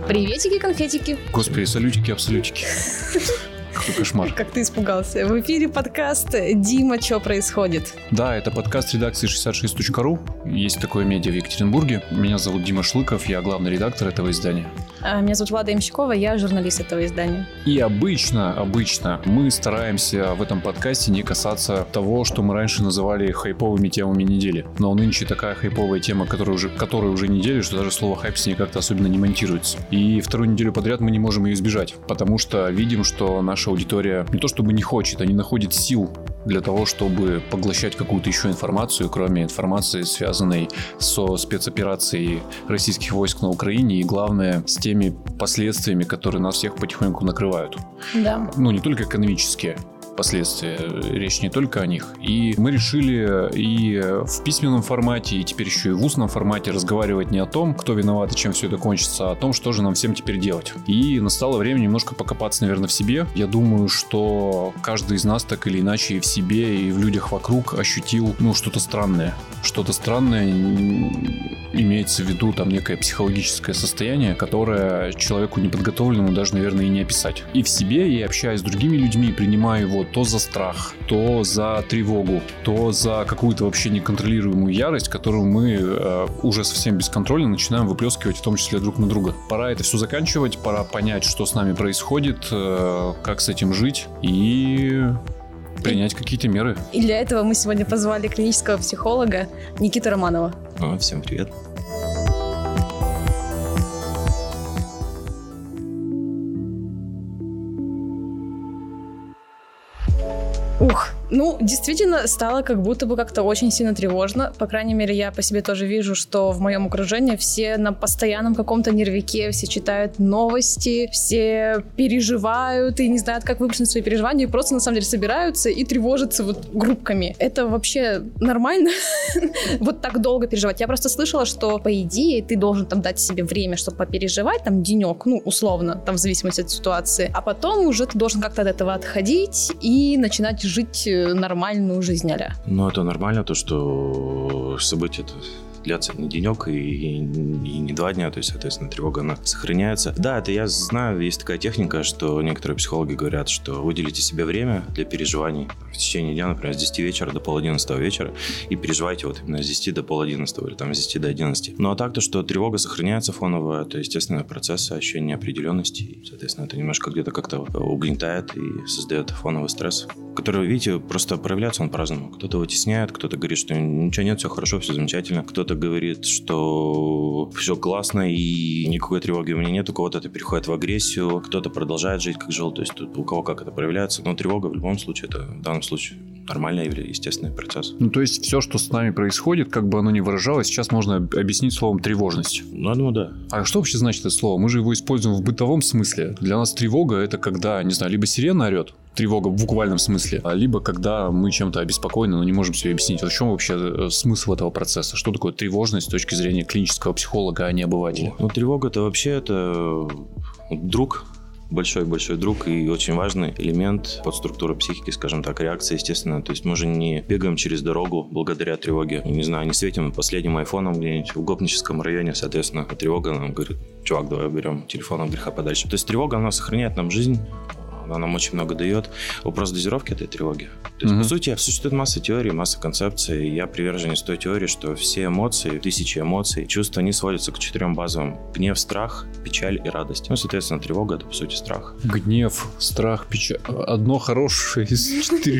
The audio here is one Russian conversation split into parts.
Приветики, конфетики. Господи, салютики, абсолютики. Какой кошмар. Как ты испугался. В эфире подкаст «Дима, что происходит?». Да, это подкаст редакции 66.ru. Есть такое медиа в Екатеринбурге. Меня зовут Дима Шлыков, я главный редактор этого издания. Меня зовут Влада Ямщикова, я журналист этого издания. И обычно мы стараемся в этом подкасте не касаться того, что мы раньше называли хайповыми темами недели. Но нынче такая хайповая тема, которая уже неделя, что даже слово хайп с ней как-то особенно не монтируется. И вторую неделю подряд мы не можем ее избежать, потому что видим, что наша аудитория не то чтобы не хочет, а не находит сил для того, чтобы поглощать какую-то еще информацию, кроме информации, связанной со спецоперацией российских войск на Украине и, главное, с теми последствиями, которые нас всех потихоньку накрывают. Да. Не только экономические последствия, речь не только о них. И мы решили и в письменном формате, и теперь еще и в устном формате разговаривать не о том, кто виноват и чем все это кончится, а о том, что же нам всем теперь делать. И настало время немножко покопаться, наверное, в себе. Я думаю, что каждый из нас так или иначе и в себе, и в людях вокруг ощутил, что-то странное. Что-то странное имеется в виду там некое психологическое состояние, которое человеку неподготовленному даже, наверное, и не описать. И в себе, и общаясь с другими людьми, принимая его то за страх, то за тревогу, то за какую-то вообще неконтролируемую ярость, которую мы уже совсем бесконтрольно начинаем выплескивать, в том числе друг на друга. Пора это все заканчивать, пора понять, что с нами происходит, как с этим жить и принять какие-то меры. И для этого мы сегодня позвали клинического психолога Никиту Романова. Всем привет. Действительно, стало как будто бы как-то очень сильно тревожно. По крайней мере, я по себе тоже вижу, что в моем окружении все на постоянном каком-то нервике, все читают новости, все переживают и не знают, как выплеснуть свои переживания, и просто на самом деле собираются и тревожатся группками. Это вообще нормально? Вот так долго переживать. Я просто слышала, что, по идее, ты должен там дать себе время, чтобы попереживать, там, денек, условно, там, в зависимости от ситуации, а потом уже ты должен как-то от этого отходить и начинать жить нормальную жизнь а-ля. Это нормально, то, что события длятся не денек и не 2 дня, то есть, соответственно, тревога, она сохраняется. Да, это я знаю, есть такая техника, что некоторые психологи говорят, что выделите себе время для переживаний в течение дня, например, с 10 вечера до 10:30 вечера, и переживайте именно с 10 до 10:30 или там с 10 до 11. А так то, что тревога сохраняется фоновая, это естественный процесс ощущения неопределенности, и, соответственно, это немножко где-то как-то угнетает и создает фоновый стресс, который, видите, просто проявляется он по-разному. Кто-то вытесняет, кто-то говорит, что ничего нет, все хорошо, все замечательно, кто-то говорит, что все классно и никакой тревоги у меня нет, у кого-то это переходит в агрессию, кто-то продолжает жить как жил, то есть тут у кого как это проявляется, но тревога в любом случае, это в данном случае нормальный или естественный процесс. То есть все, что с нами происходит, как бы оно ни выражалось, сейчас можно объяснить словом тревожность. Я думаю, да. А что вообще значит это слово? Мы же его используем в бытовом смысле. Для нас тревога — это когда, не знаю, либо сирена орет, тревога в буквальном смысле, либо когда мы чем-то обеспокоены, но не можем себе объяснить. В чем вообще смысл этого процесса? Что такое тревожность с точки зрения клинического психолога, а не обывателя? Тревога — это друг, большой-большой друг и очень важный элемент подструктуры психики, скажем так, реакция, естественно. То есть мы же не бегаем через дорогу благодаря тревоге. Не знаю, не светим последним айфоном где-нибудь в гопническом районе, соответственно, тревога нам говорит: чувак, давай берем телефон от греха подальше. То есть тревога, она сохраняет нам жизнь, она нам очень много дает. Вопрос дозировки этой тревоги. То есть, по сути, существует масса теорий, масса концепций. Я приверженец той теории, что все эмоции, 1000 эмоций, чувства, они сводятся к 4 базовым: гнев, страх, печаль и радость. Соответственно, тревога — это, по сути, страх. Гнев, страх, печаль. Одно хорошее из 4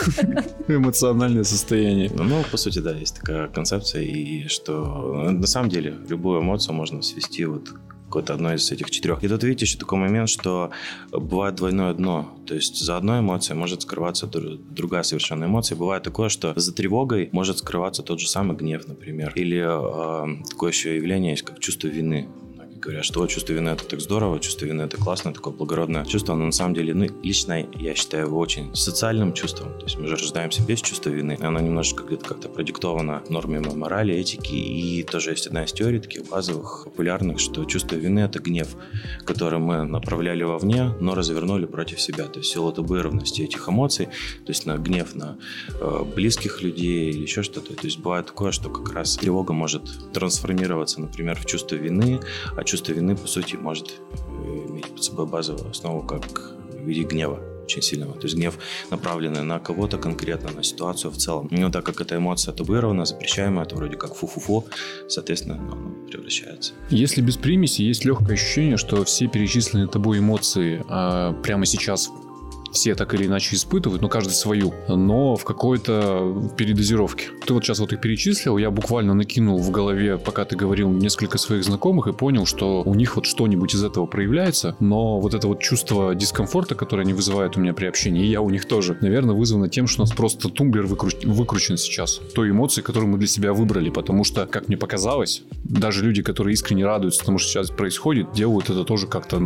эмоциональное состояние. По сути, да, есть такая концепция, и что на самом деле любую эмоцию можно свести какое-то одно из этих 4. И тут, видите, еще такой момент, что бывает двойное дно. То есть за одной эмоцией может скрываться другая совершенно эмоция. Бывает такое, что за тревогой может скрываться тот же самый гнев, например. Или такое еще явление есть, как чувство вины. Говорят, что чувство вины — это так здорово, чувство вины — это классное, такое благородное чувство, но на самом деле, лично я считаю его очень социальным чувством. То есть мы же рождаемся без чувства вины, и оно немножечко где-то как-то продиктовано нормами морали, этики, и тоже есть одна из теорий таких базовых, популярных, что чувство вины — это гнев, который мы направляли вовне, но развернули против себя. То есть в силу табуированности этих эмоций, то есть на гнев на близких людей или еще что-то. То есть бывает такое, что как раз тревога может трансформироваться, например, в чувство вины, а чувство вины, по сути, может иметь под собой базовую основу как в виде гнева очень сильного. То есть гнев, направленный на кого-то конкретно, на ситуацию в целом. Но так как эта эмоция табуирована, запрещаемая, это вроде как фу-фу-фу, соответственно, она превращается. Если без примеси, есть легкое ощущение, что все перечисленные тобой эмоции прямо сейчас все так или иначе испытывают, каждый свою, но в какой-то передозировке. Ты вот сейчас вот их перечислил, я буквально накинул в голове, пока ты говорил, несколько своих знакомых и понял, что у них вот что-нибудь из этого проявляется, но вот это вот чувство дискомфорта, которое они вызывают у меня при общении, и я у них тоже, наверное, вызвано тем, что у нас просто тумблер выкручен сейчас. Той эмоции, которую мы для себя выбрали, потому что, как мне показалось, даже люди, которые искренне радуются тому, что сейчас происходит, делают это тоже как-то,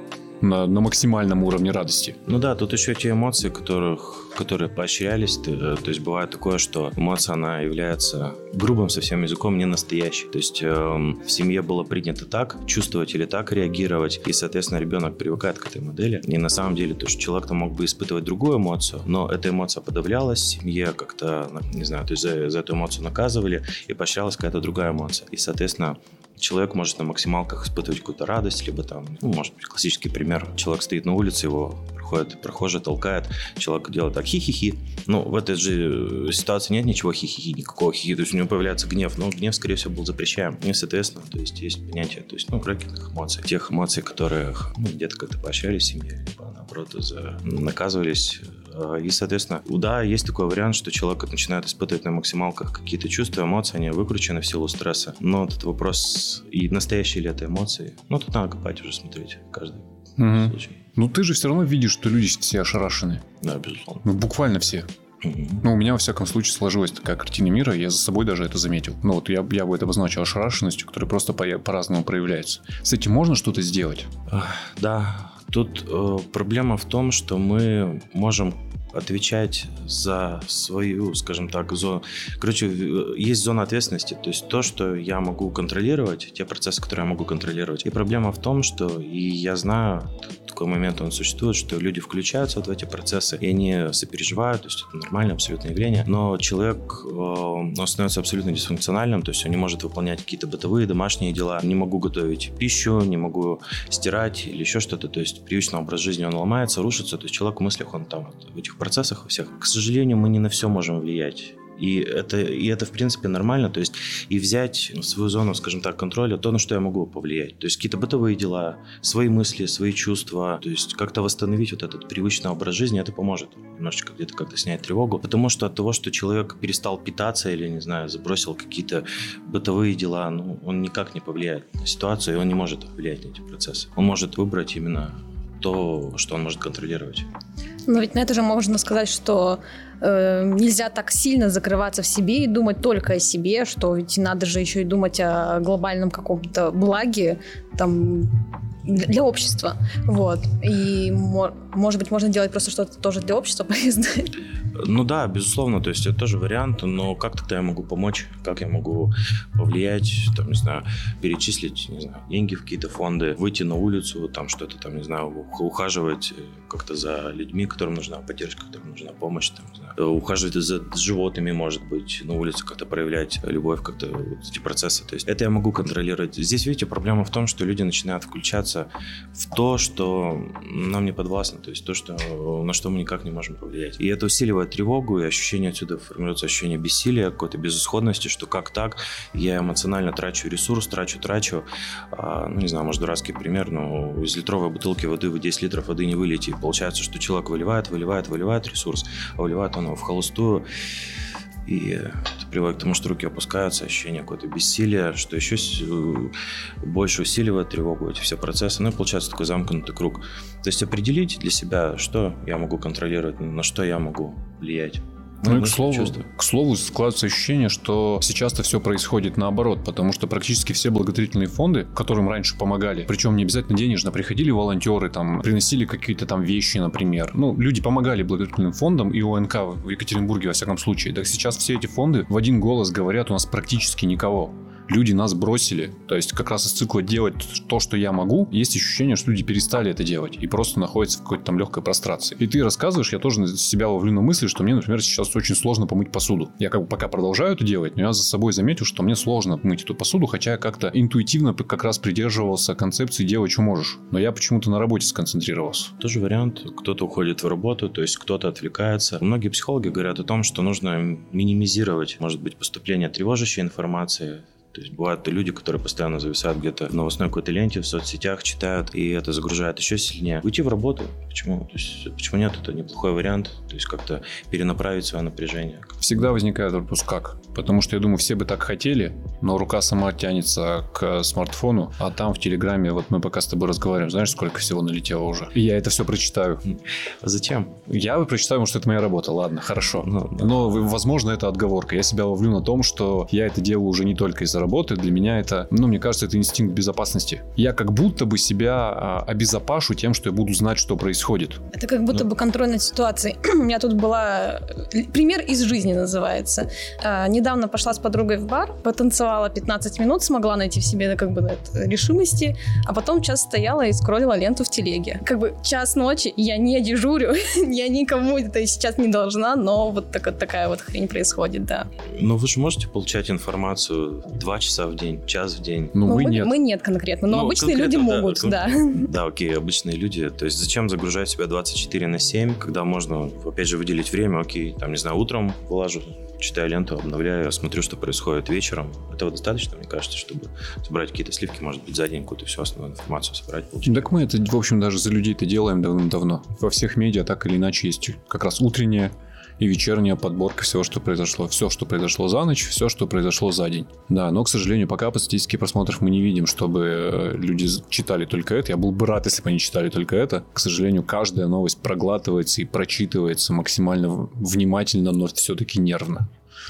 на максимальном уровне радости. Тут еще те эмоции, которые поощрялись. То есть бывает такое, что эмоция, она является грубым совсем языком, не настоящей. То есть в семье было принято так чувствовать или так реагировать, и, соответственно, ребенок привыкает к этой модели. И на самом деле, то, что человек мог бы испытывать другую эмоцию, но эта эмоция подавлялась, в семье как-то, не знаю, то есть за эту эмоцию наказывали, и поощрялась какая-то другая эмоция. И, соответственно, человек может на максималках испытывать какую-то радость, либо там, может быть, классический пример. Человек стоит на улице, его проходит прохожий, толкает, человек делает так хи-хи-хи. В этой же ситуации нет ничего хи-хи-хи, никакого хи-хи, то есть у него появляется гнев, но гнев, скорее всего, был запрещаем. И, соответственно, то есть есть понятие, то есть, крекетных эмоций, тех эмоций, которые где-то как-то поощрялись в семье, либо, наоборот, наказывались. И, соответственно, да, есть такой вариант, что человек начинает испытывать на максималках какие-то чувства, эмоции, они выкручены в силу стресса. Но этот вопрос, и настоящие ли это эмоции, тут надо копать уже, смотреть каждый случай. Ты же все равно видишь, что люди все ошарашены. Да, безусловно. Буквально все. У меня, во всяком случае, сложилась такая картина мира, я за собой даже это заметил. Я бы это обозначил ошарашенностью, которая просто по-разному проявляется. С этим можно что-то сделать? Да. Тут проблема в том, что мы можем отвечать за свою, скажем так, зону. Есть зона ответственности, то есть то, что я могу контролировать, те процессы, которые я могу контролировать. И проблема в том, что, и я знаю, такой момент он существует, что люди включаются в эти процессы, и они сопереживают, то есть это нормальное абсолютное явление, но человек, он становится абсолютно дисфункциональным, то есть он не может выполнять какие-то бытовые, домашние дела, не могу готовить пищу, не могу стирать или еще что-то, то есть привычный образ жизни, он ломается, рушится, то есть человек в мыслях, он там в этих процессах во всех. К сожалению, мы не на все можем влиять. И это, в принципе, нормально. То есть и взять свою зону, скажем так, контроля, то, на что я могу повлиять. То есть какие-то бытовые дела, свои мысли, свои чувства. То есть как-то восстановить вот этот привычный образ жизни, это поможет немножечко где-то как-то снять тревогу. Потому что от того, что человек перестал питаться или, не знаю, забросил какие-то бытовые дела, он никак не повлияет на ситуацию, и он не может влиять на эти процессы. Он может выбрать именно то, что он может контролировать. Но ведь на это же можно сказать, что нельзя так сильно закрываться в себе и думать только о себе, что ведь надо же еще и думать о глобальном каком-то благе там, для общества. И, может быть, можно делать просто что-то тоже для общества полезное. Да, безусловно, то есть это тоже вариант, но как тогда я могу помочь, как я могу повлиять, там, не знаю, перечислить, не знаю, деньги в какие-то фонды, выйти на улицу, там что-то, там, не знаю, ухаживать как-то за людьми, которым нужна поддержка, которым нужна помощь, там, не знаю, ухаживать за животными, может быть, на улице как-то проявлять любовь, как-то эти процессы, то есть это я могу контролировать. Здесь, видите, проблема в том, что люди начинают включаться в то, что нам не подвластно, то есть то, на что мы никак не можем повлиять. И это усиливает тревогу, и ощущение отсюда формируется ощущение бессилия, какой-то безысходности, что как так, я эмоционально трачу ресурс, трачу, не знаю, может, дурацкий пример, но из литровой бутылки воды вы 10 литров воды не выльете. Получается, что человек выливает ресурс, а выливает он его в холостую, и это приводит к тому, что руки опускаются, ощущение какое-то бессилия, что еще больше усиливает тревогу, эти все процессы. И получается такой замкнутый круг. То есть определить для себя, что я могу контролировать, на что я могу влиять. И к слову, складывается ощущение, что сейчас-то все происходит наоборот, потому что практически все благотворительные фонды, которым раньше помогали, причем не обязательно денежно, приходили волонтеры, там, приносили какие-то там вещи, например. Люди помогали благотворительным фондам и ОНК в Екатеринбурге, во всяком случае. Так сейчас все эти фонды в один голос говорят, у нас практически никого. люди нас бросили. То есть как раз из цикла делать то, что я могу, есть ощущение, что люди перестали это делать и просто находятся в какой-то там легкой прострации. И ты рассказываешь, я тоже себя ловлю на мысли, что мне, например, сейчас очень сложно помыть посуду. Я как бы пока продолжаю это делать, но я за собой заметил, что мне сложно мыть эту посуду, хотя я как-то интуитивно как раз придерживался концепции «делай, что можешь». Но я почему-то на работе сконцентрировался. Тоже вариант. Кто-то уходит в работу, то есть кто-то отвлекается. Многие психологи говорят о том, что нужно минимизировать, может быть, поступление тревожащей информации. То есть бывают люди, которые постоянно зависают где-то в новостной какой-то ленте, в соцсетях, читают, и это загружает еще сильнее. Уйти в работу. Почему? То есть, почему нет? Это неплохой вариант. То есть как-то перенаправить свое напряжение. Всегда возникает вопрос, как? Потому что я думаю, все бы так хотели, но рука сама тянется к смартфону, а там в Телеграме, вот мы пока с тобой разговариваем, знаешь, сколько всего налетело уже? И я это все прочитаю. А зачем? Я прочитаю, потому что это моя работа. Ладно, хорошо. Но, возможно, это отговорка. Я себя ловлю на том, что я это делаю уже не только из-за работы. Для меня это, мне кажется, это инстинкт безопасности. Я как будто бы себя обезопашу тем, что я буду знать, что происходит. Это как будто бы контроль над ситуацией. У меня тут была... Пример из жизни называется. Недавно пошла с подругой в бар, потанцевала 15 минут, смогла найти в себе как бы решимости, а потом час стояла и скроллила ленту в телеге. Как бы час ночи, я не дежурю, я никому это сейчас не должна, но вот такая вот хрень происходит, да. Но вы же можете получать информацию 2 часа в день, час в день. Мы нет. Мы нет конкретно, но обычные люди могут, да. Да, окей, обычные люди. То есть зачем загружать себя 24/7, когда можно, опять же, выделить время, окей, там, не знаю, утром вылажу, читаю ленту, обновляю, смотрю, что происходит вечером. Этого достаточно, мне кажется, чтобы собрать какие-то сливки, может быть, за день какую-то всю основную информацию собрать, получить. Так мы это, в общем, даже за людей-то делаем давным-давно. Во всех медиа так или иначе есть как раз утренняя и вечерняя подборка всего, что произошло. Все, что произошло за ночь, все, что произошло за день. Да, но, к сожалению, пока по статистике просмотров мы не видим, чтобы люди читали только это. Я был бы рад, если бы они читали только это. К сожалению, каждая новость проглатывается и прочитывается максимально внимательно, но все-таки нервно.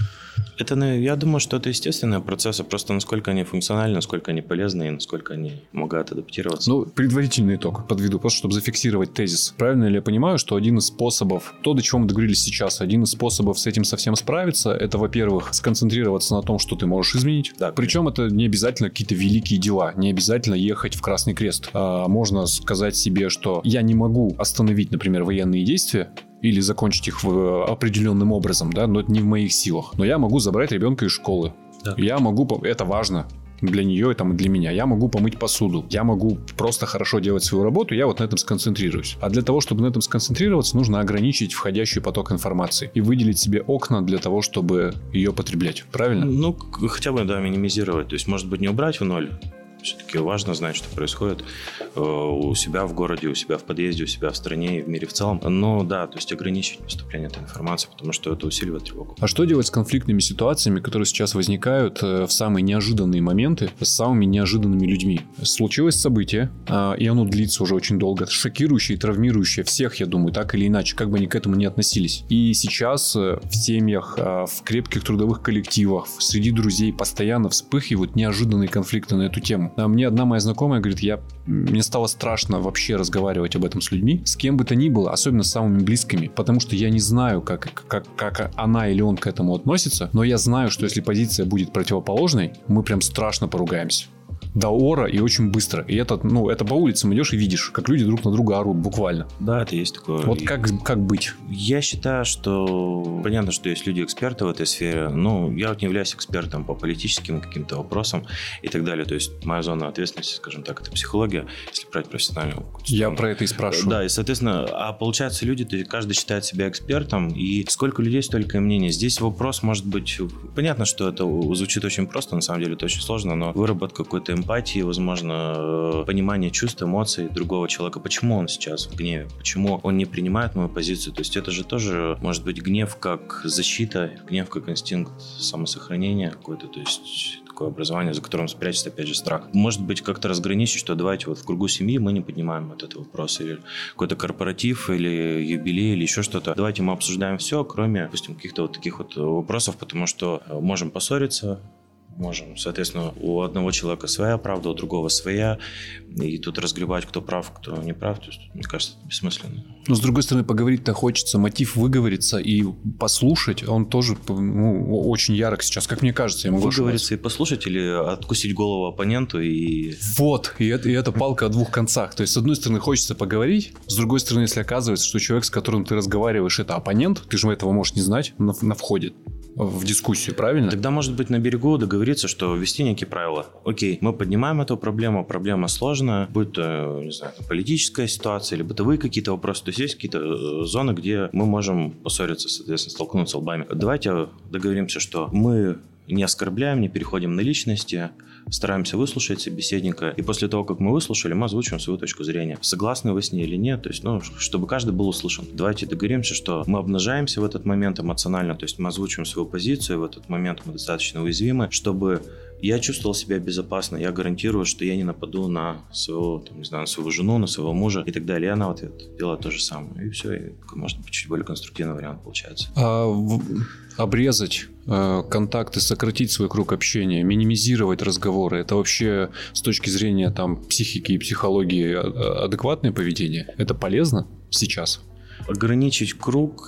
Это, я думаю, что это естественные процессы, просто насколько они функциональны, насколько они полезны и насколько они могут адаптироваться. Предварительный итог подведу, просто чтобы зафиксировать тезис. Правильно ли я понимаю, что один из способов, то, до чего мы договорились сейчас, один из способов с этим совсем справиться, это, во-первых, сконцентрироваться на том, что ты можешь изменить. Да. Причем это не обязательно какие-то великие дела, не обязательно ехать в Красный Крест. Можно сказать себе, что я не могу остановить, например, военные действия, или закончить их определенным образом, да, но это не в моих силах. Но я могу забрать ребенка из школы. Да. Я могу, это важно для нее и для меня. Я могу помыть посуду. Я могу просто хорошо делать свою работу, я вот на этом сконцентрируюсь. А для того, чтобы на этом сконцентрироваться, нужно ограничить входящий поток информации и выделить себе окна для того, чтобы ее потреблять. Правильно? Хотя бы, да, минимизировать. То есть, может быть, не убрать в ноль. Все-таки важно знать, что происходит у себя в городе, у себя в подъезде, у себя в стране и в мире в целом. Но да, то есть ограничить поступление этой информации, потому что это усиливает тревогу. А что делать с конфликтными ситуациями, которые сейчас возникают в самые неожиданные моменты с самыми неожиданными людьми? Случилось событие, и оно длится уже очень долго. Шокирующее и травмирующее всех, я думаю, так или иначе, как бы они к этому не относились. И сейчас в семьях, в крепких трудовых коллективах, среди друзей постоянно вспыхивают неожиданные конфликты на эту тему. Мне одна моя знакомая говорит, мне стало страшно вообще разговаривать об этом с людьми, с кем бы то ни было, особенно с самыми близкими, потому что я не знаю, как она или он к этому относится, но я знаю, что если позиция будет противоположной, мы прям страшно поругаемся. До ора и очень быстро. И это по улицам идешь и видишь, как люди друг на друга орут, буквально. Да, это есть такое. Вот как быть? Я считаю, что понятно, что есть люди-эксперты в этой сфере. Я вот не являюсь экспертом по политическим каким-то вопросам и так далее. То есть моя зона ответственности, скажем так, это психология, если брать профессиональную. Я про это и спрашиваю. Да, и, соответственно, получается, люди, то есть каждый считает себя экспертом, и сколько людей, столько и мнений. Здесь вопрос может быть... Понятно, что это звучит очень просто, на самом деле это очень сложно, но выработка какой-то эмпатии, возможно, понимание чувств, эмоций другого человека. Почему он сейчас в гневе? Почему он не принимает мою позицию? То есть это же тоже может быть гнев как защита, гнев как инстинкт самосохранения какой-то, то есть такое образование, за которым спрячется, опять же, страх. Может быть, как-то разграничить, что давайте вот в кругу семьи мы не поднимаем вот этот вопрос, или какой-то корпоратив, или юбилей, или еще что-то. Давайте мы обсуждаем все, кроме, допустим, каких-то вот таких вот вопросов, потому что можем поссориться, можем. Соответственно, у одного человека своя правда, у другого своя. И тут разгребать, кто прав, кто не прав, то есть, мне кажется, это бессмысленно. Но, с другой стороны, поговорить-то хочется, мотив выговориться и послушать, он тоже очень ярок сейчас, как мне кажется. Я могу выговориться и послушать или откусить голову оппоненту и... Вот, и это палка о двух концах. То есть, с одной стороны, хочется поговорить, с другой стороны, если оказывается, что человек, с которым ты разговариваешь, это оппонент, ты же этого можешь не знать на входе в дискуссию, правильно? Тогда, может быть, на берегу договориться, что ввести некие правила. Окей, мы поднимаем эту проблему, проблема сложная, будь то, не знаю, политическая ситуация или бытовые какие-то вопросы. То есть, есть какие-то зоны, где мы можем поссориться, соответственно, столкнуться лбами. Давайте договоримся, что мы не оскорбляем, не переходим на личности, стараемся выслушать собеседника, и после того, как мы выслушали, мы озвучиваем свою точку зрения. Согласны вы с ней или нет, то есть, чтобы каждый был услышан. Давайте договоримся, что мы обнажаемся в этот момент эмоционально, то есть мы озвучиваем свою позицию, в этот момент мы достаточно уязвимы, чтобы я чувствовал себя безопасно, я гарантирую, что я не нападу на своего, не знаю, на свою жену, на своего мужа и так далее. И она в ответ делала то же самое. И все, и, может быть, чуть более конструктивный вариант получается. Обрезать контакты, сократить свой круг общения, минимизировать разговоры, это вообще с точки зрения психики и психологии адекватное поведение? Это полезно сейчас? Ограничить круг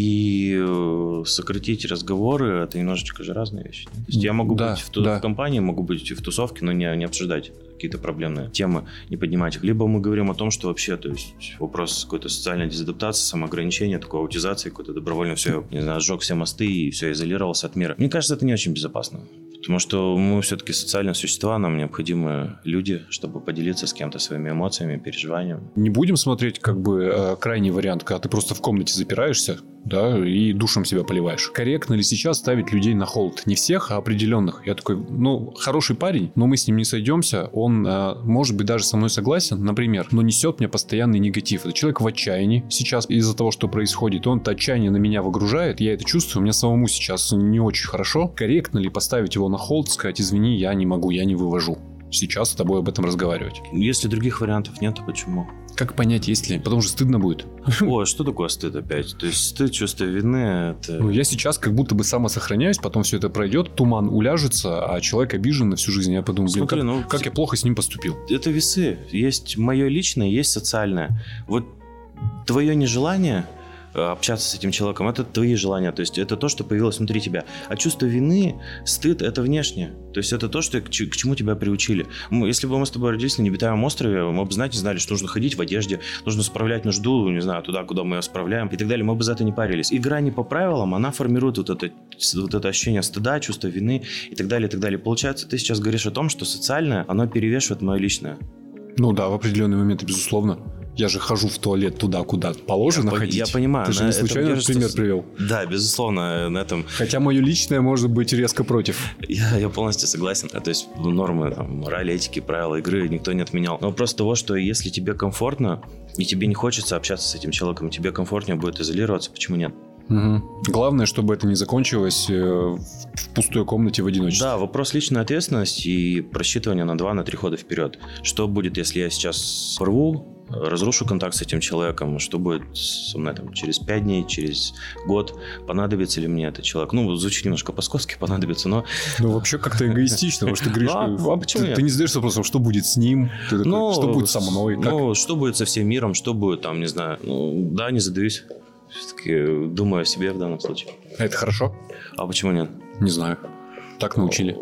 и сократить разговоры — это немножечко же разные вещи. То есть я могу быть в компании, могу быть в тусовке, но не обсуждать какие-то проблемные темы, не поднимать их. Либо мы говорим о том, что вообще, то есть вопрос какой-то социальной дезадаптации, самоограничения, такой аутизации, какой-то добровольно все, не знаю, сжег все мосты и все, изолировался от мира. Мне кажется, это не очень безопасно. Потому что мы все-таки социальные существа, нам необходимы люди, чтобы поделиться с кем-то своими эмоциями, переживаниями. Не будем смотреть крайний вариант, когда ты просто в комнате запираешься, да, и душем себя поливаешь. Корректно ли сейчас ставить людей на холд? Не всех, а определенных. Я такой, хороший парень, но мы с ним не сойдемся, он может быть даже со мной согласен, например, но несет мне постоянный негатив. Это человек в отчаянии сейчас из-за того, что происходит. Он это отчаяние на меня выгружает, я это чувствую, мне самому сейчас не очень хорошо. Корректно ли поставить его на холд, сказать, извини, я не могу, я не вывожу сейчас с тобой об этом разговаривать? Если других вариантов нет, то почему? Как понять, если... Потому что стыдно будет. О, что такое стыд опять? То есть стыд, чувство вины, это... Я сейчас как будто бы самосохраняюсь, потом все это пройдет, туман уляжется, а человек обижен на всю жизнь. Я подумал, как я плохо с ним поступил. Это весы. Есть мое личное, есть социальное. Вот твое нежелание общаться с этим человеком, это твои желания, то есть это то, что появилось внутри тебя. А чувство вины, стыд — это внешнее. То есть это то, что к чему тебя приучили. Если бы мы с тобой родились на необитаемом острове, мы бы, знали, что нужно ходить в одежде, нужно справлять нужду, не знаю, туда, куда мы ее справляем и так далее. Мы бы за это не парились. Игра не по правилам, она формирует вот это ощущение стыда, чувство вины и так далее, и так далее. Получается, ты сейчас говоришь о том, что социальное, оно перевешивает мое личное. Ну да, в определенные моменты, безусловно. Я же хожу в туалет туда, куда положено ходить. Я понимаю. Ты же не случайно этот пример привел? Да, безусловно, на этом... Хотя мое личное может быть резко против. Я полностью согласен. То есть нормы, морали, этики, правила игры никто не отменял. Но вопрос того, что если тебе комфортно, и тебе не хочется общаться с этим человеком, тебе комфортнее будет изолироваться, почему нет? Угу. Главное, чтобы это не закончилось в пустой комнате в одиночестве. Да, вопрос личной ответственности и просчитывания на 2-3 хода вперед. Что будет, если я сейчас порву, разрушу контакт с этим человеком, что будет со мной через 5 дней, через год, понадобится ли мне этот человек? Звучит немножко по-скотски, понадобится, но... вообще как-то эгоистично, потому что ты говоришь, ты не задаешься вопросом, что будет с ним, что будет со мной, что будет со всем миром, что будет не знаю, да, не задаюсь. Все-таки думаю о себе в данном случае. Это хорошо? А почему нет? Не знаю. Так научили.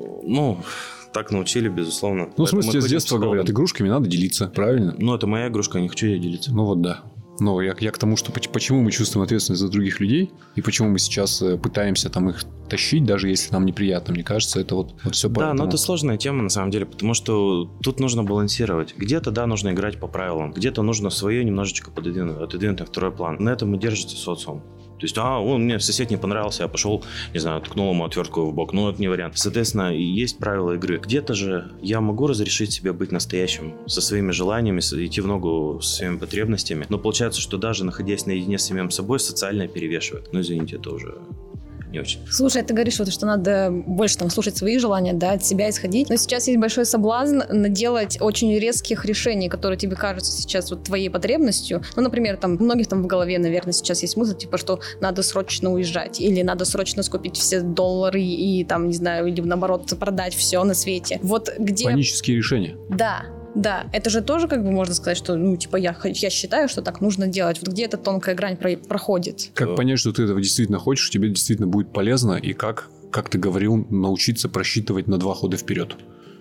Так научили, безусловно. В смысле, с детства говорят, игрушками надо делиться, правильно? Это моя игрушка, не хочу я делиться. Да. Я к тому, что почему мы чувствуем ответственность за других людей, и почему мы сейчас пытаемся их тащить, даже если нам неприятно, мне кажется, это вот все поэтому. Да, но это сложная тема, на самом деле, потому что тут нужно балансировать. Где-то, да, нужно играть по правилам, где-то нужно свое немножечко отодвинуть на второй план. На этом и держится социум. То есть, мне сосед не понравился, я пошел, не знаю, ткнул ему отвертку в бок. Это не вариант. Соответственно, есть правила игры. Где-то же я могу разрешить себе быть настоящим, со своими желаниями, идти в ногу со своими потребностями. Но получается, что даже находясь наедине с самим собой, социальное перевешивает. Извините, это уже не очень. Слушай, ты говоришь, вот, что надо больше там слушать свои желания, да, от себя исходить. Но сейчас есть большой соблазн наделать очень резких решений, которые тебе кажутся сейчас вот твоей потребностью. Ну, например, там, у многих там в голове, наверное, сейчас есть мысль, типа, что надо срочно уезжать, или надо срочно скупить все доллары и там, не знаю, или наоборот продать все на свете. Вот где... Панические решения. Да, это же тоже, как бы, можно сказать, что, ну, типа, я считаю, что так нужно делать. Вот где эта тонкая грань проходит? Как понять, что ты этого действительно хочешь, тебе действительно будет полезно, и как ты говорил, научиться просчитывать на 2 хода вперед?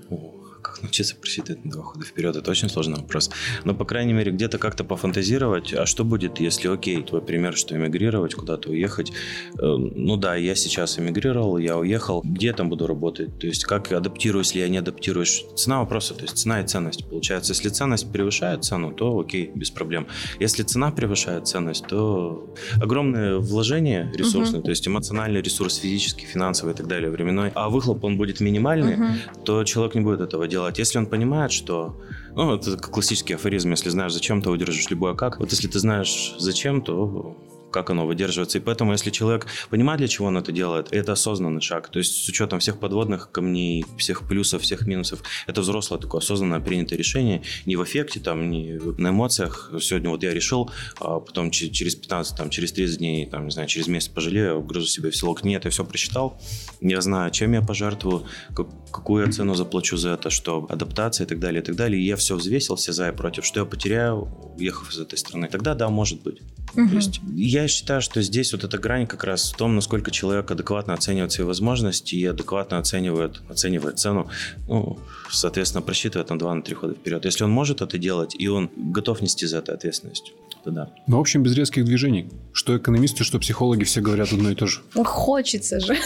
Как научиться просчитывать на 2 хода вперед? Это очень сложный вопрос. Но, по крайней мере, где-то как-то пофантазировать, а что будет, если, окей, твой пример, что эмигрировать, куда-то уехать. Ну да, я сейчас эмигрировал, я уехал. Где я там буду работать? То есть, как адаптируюсь ли я, не адаптируюсь? Цена вопроса, то есть, цена и ценность. Получается, если ценность превышает цену, то окей, без проблем. Если цена превышает ценность, то огромные вложения ресурсные, то есть, эмоциональный ресурс, физический, финансовый и так далее, временной, а выхлоп, он будет минимальный, то человек не будет этого делать. Если он понимает, что... Ну, это классический афоризм. Если знаешь, зачем, то удержишь любое как. Вот если ты знаешь, зачем, то как оно выдерживается. И поэтому, если человек понимает, для чего он это делает, это осознанный шаг. То есть, с учетом всех подводных камней, всех плюсов, всех минусов, это взрослое такое осознанное принятое решение. Не в эффекте, там, не на эмоциях. Сегодня вот я решил, а потом через 15, там, через 30 дней, там, не знаю, через месяц пожалею, грызу себе в селок. Нет, я все прочитал. Я знаю, чем я пожертвую, какую я цену заплачу за это, что адаптация и так далее, и так далее. И я все взвесил, все за и против, что я потеряю, уехав из этой страны. Тогда да, может быть. То есть я считаю, что здесь вот эта грань как раз в том, насколько человек адекватно оценивает свои возможности и адекватно оценивает цену, ну, соответственно, просчитывает на 2-3 хода вперед. Если он может это делать, и он готов нести за это ответственность, то да. Ну, в общем, без резких движений. Что экономисты, что психологи все говорят одно и то же. Ну, хочется же.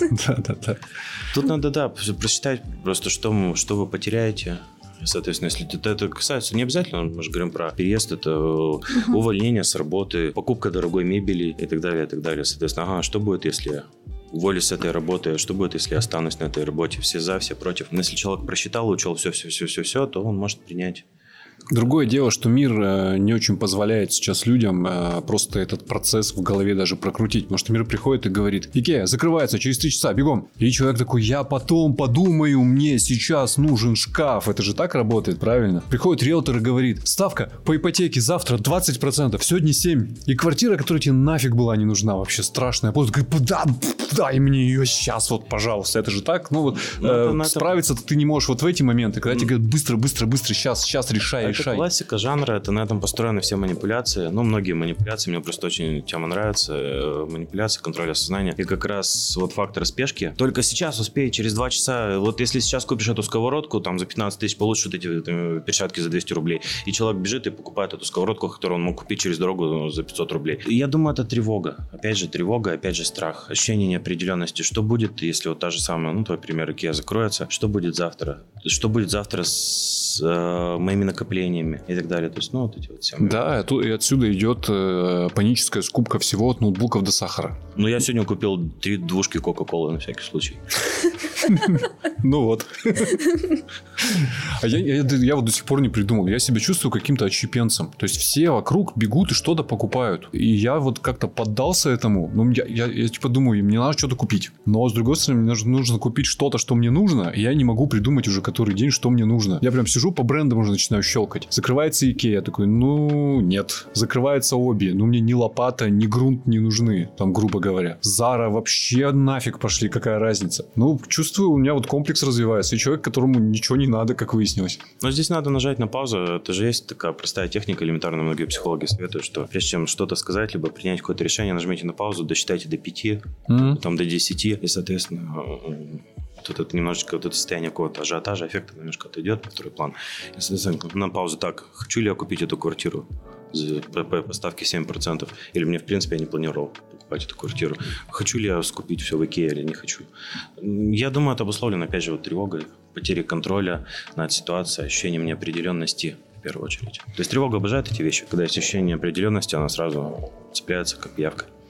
Да. Тут надо, да, просчитать просто, что вы потеряете. Соответственно, если это касается, не обязательно, мы же говорим про переезд, это увольнение с работы, покупка дорогой мебели и так далее, и так далее. Соответственно, что будет, если я уволюсь с этой работы, что будет, если я останусь на этой работе? Все за, все против. Но если человек просчитал, учел все, то он может принять. Другое дело, что мир не очень позволяет сейчас людям просто этот процесс в голове даже прокрутить. Потому что мир приходит и говорит: Икеа закрывается через 3 часа, бегом. И человек такой: я потом подумаю, мне сейчас нужен шкаф. Это же так работает, правильно? Приходит риэлтор и говорит: ставка по ипотеке завтра 20%, сегодня 7%. И квартира, которая тебе нафиг была не нужна, вообще страшная. Просто говорит: дай мне ее сейчас, вот, пожалуйста. Это же так? Ну вот справиться ты не можешь вот в эти моменты, когда тебе говорят: быстро, сейчас решай. Это классика жанра, это на этом построены все манипуляции. Ну, многие манипуляции, мне просто очень тема нравится. Манипуляция, контроль сознания. И как раз вот фактор спешки. Только сейчас успей, через 2 часа. Вот если сейчас купишь эту сковородку, там за 15 тысяч получишь вот эти перчатки за 200 рублей. И человек бежит и покупает эту сковородку, которую он мог купить через дорогу за 500 рублей. И я думаю, это тревога. Опять же страх. Ощущение неопределенности. Что будет, если вот та же самая, ну, твой пример, Икеа закроется? Что будет завтра? Что будет завтра с моими накоплениями и так далее. То есть, ну, вот эти вот все. Да, и отсюда идет паническая скупка всего от ноутбуков до сахара. Ну, я сегодня купил 3 двушки Кока-Колы на всякий случай. Ну вот. А я вот до сих пор не придумал. Я себя чувствую каким-то отщепенцем. То есть все вокруг бегут и что-то покупают. И я вот как-то поддался этому. Ну, я типа думаю, мне надо что-то купить. Но с другой стороны, мне нужно купить что-то, что мне нужно. И я не могу придумать уже который день, что мне нужно. Я прям сижу по брендам уже начинаю щелкать. Закрывается Икеа. Я такой: ну, нет. Закрывается Оби. Ну, мне ни лопата, ни грунт не нужны. Там, грубо говоря. Зара вообще нафиг пошли. Какая разница? Ну, чувствую, у меня вот комплекс развивается. И человек, которому ничего не надо, как выяснилось. Но здесь надо нажать на паузу. Это же есть такая простая техника, элементарно многие психологи советуют, что прежде чем что-то сказать, либо принять какое-то решение, нажмите на паузу, досчитайте до 5, потом до 10. И, соответственно, вот это немножечко, вот это состояние какого-то ажиотажа, эффекта немножко отойдет на второй план. И, соответственно, на паузу: так, хочу ли я купить эту квартиру по ставке 7%, или мне, в принципе, я не планировал покупать эту квартиру. Хочу ли я скупить все в Икее или не хочу? Я думаю, это обусловлено, опять же, вот тревогой, потерей контроля над ситуацией, ощущением неопределенности в первую очередь. То есть тревога обожает эти вещи. Когда есть ощущение неопределенности, она сразу цепляется как пиявка.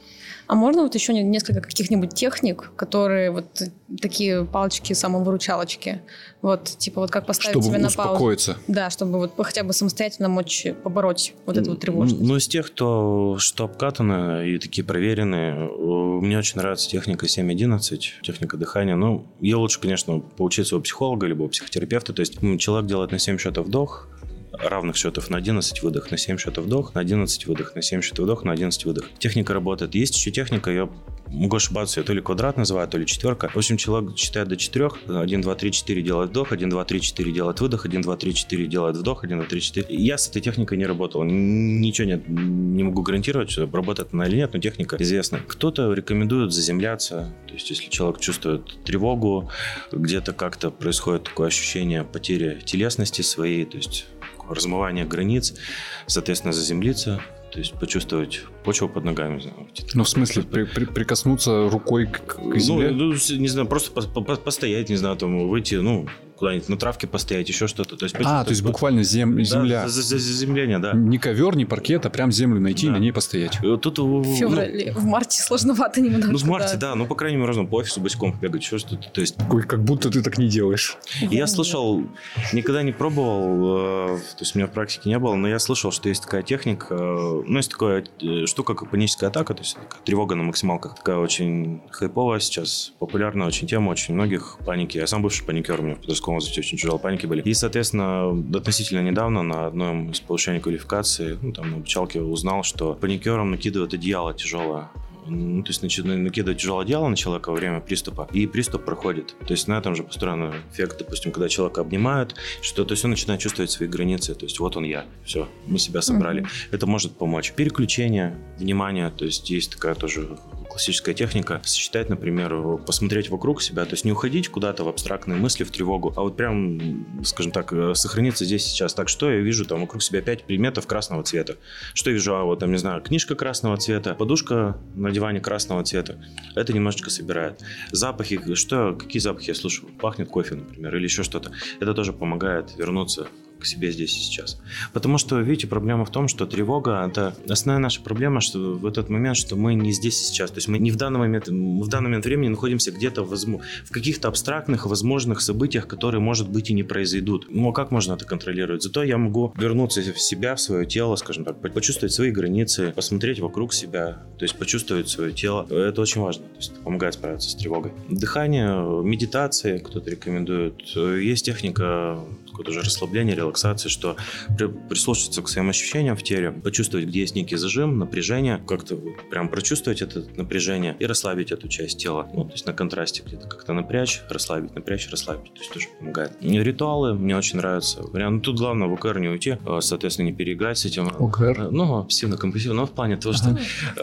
А можно вот еще несколько каких-нибудь техник, которые вот такие палочки-самовыручалочки, вот типа вот как поставить чтобы себя на паузу? Чтобы успокоиться. Да, чтобы вот хотя бы самостоятельно мочь побороть вот эту вот тревожность. Ну, из тех, что обкатаны и такие проверенные, мне очень нравится техника 7.11, техника дыхания. Ну, ее лучше, конечно, поучиться у психолога либо у психотерапевта. То есть человек делает на 7 счетов вдох, равных счетов на 11 выдох, на 7 счетов вдох, на 11 выдох, на 7 счетов вдох, на 11 выдох. Техника работает. Есть еще техника, я могу ошибаться, ее то ли квадрат называют, то ли четверка. В общем, человек считает до 4. 1, 2, 3, 4 делает вдох, 1, 2, 3, 4 делает выдох, 1, 2, 3, 4 делает вдох, 1, 2, 3, 4. Я с этой техникой не работал. Ничего не могу гарантировать, что работает она или нет, но техника известна. Кто-то рекомендует заземляться. То есть, если человек чувствует тревогу, где-то как-то происходит такое ощущение потери телесности своей, то есть размывание границ, соответственно, заземлиться, то есть почувствовать почву под ногами. Ну, в смысле, прикоснуться рукой к земле? Ну, не знаю, просто постоять, не знаю, там, выйти, куда-нибудь на травке постоять, еще что-то. То есть буквально земля. Да, заземление, да. Не ковер, не паркет, а прям землю найти и на ней постоять. Тут, в феврале, в марте сложновато немного. Ну, в марте, да. По крайней мере, можно по офису босиком побегать, еще что-то. То есть... Ой, как будто ты так не делаешь. Я слышал, никогда не пробовал, то есть у меня в практике не было, но я слышал, что есть такая техника, есть такая штука, как паническая атака, то есть тревога на максималках. Такая очень хайповая сейчас, популярная очень тема, очень многих паники. Я сам бывший паникер, у меня в подростковом возрасте очень тяжелые паники были. И, соответственно, относительно недавно на одном из повышений квалификации, на обучалке узнал, что паникерам накидывают одеяло тяжелое. То есть накидывать тяжелое одеяло на человека во время приступа, и приступ проходит. То есть на этом же построен эффект, допустим, когда человека обнимают, то есть он начинает чувствовать свои границы. То есть вот он я, все, мы себя собрали. Это может помочь. Переключение внимания, то есть есть такая тоже классическая техника. Сочетать, например, посмотреть вокруг себя, то есть не уходить куда-то в абстрактные мысли, в тревогу, а вот прям, скажем так, сохраниться здесь сейчас. Так, что я вижу там вокруг себя 5 предметов красного цвета. Что я вижу? Не знаю, книжка красного цвета, подушка на диване красного цвета. Это немножечко собирает. Запахи, какие запахи я слышу? Пахнет кофе, например, или еще что-то. Это тоже помогает вернуться к себе здесь и сейчас. Потому что, видите, проблема в том, что тревога – это основная наша проблема, что в этот момент, что мы не здесь и сейчас. То есть мы не в данный момент, в данный момент времени находимся где-то в каких-то абстрактных, возможных событиях, которые, может быть, и не произойдут. А как можно это контролировать? Зато я могу вернуться в себя, в свое тело, скажем так, почувствовать свои границы, посмотреть вокруг себя, то есть почувствовать свое тело. Это очень важно. То есть это помогает справиться с тревогой. Дыхание, медитация кто-то рекомендует. Есть техника какое-то уже расслабление, релаксации, что прислушаться к своим ощущениям в теле, почувствовать, где есть некий зажим, напряжение, как-то прям прочувствовать это напряжение и расслабить эту часть тела. То есть на контрасте где-то как-то напрячь, расслабить. То есть тоже помогает. Ритуалы мне очень нравятся. Тут главное в ОКР не уйти, соответственно, не переиграть с этим. ОКР? Пассивно-компульсивно, в плане того, что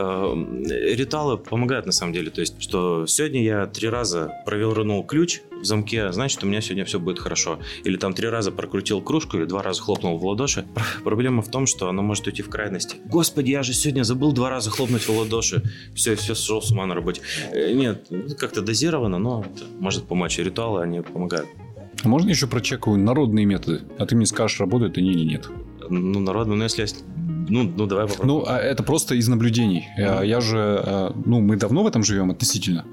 ритуалы помогают на самом деле. То есть, что сегодня я 3 раза провернул ключ в замке, значит, у меня сегодня все будет хорошо. Или 3 раза прокрутил кружку, или 2 раза хлопнул в ладоши. Проблема в том, что она может уйти в крайности. Господи, я же сегодня забыл 2 раза хлопнуть в ладоши. Все сошел с ума на работе. Нет, как-то дозировано, но это может помочь. Ритуалы, они помогают. А можно еще прочекаю народные методы? А ты мне скажешь, работают они или нет? Народные, если давай попробуем. Это просто из наблюдений. Я же, мы давно в этом живем относительно.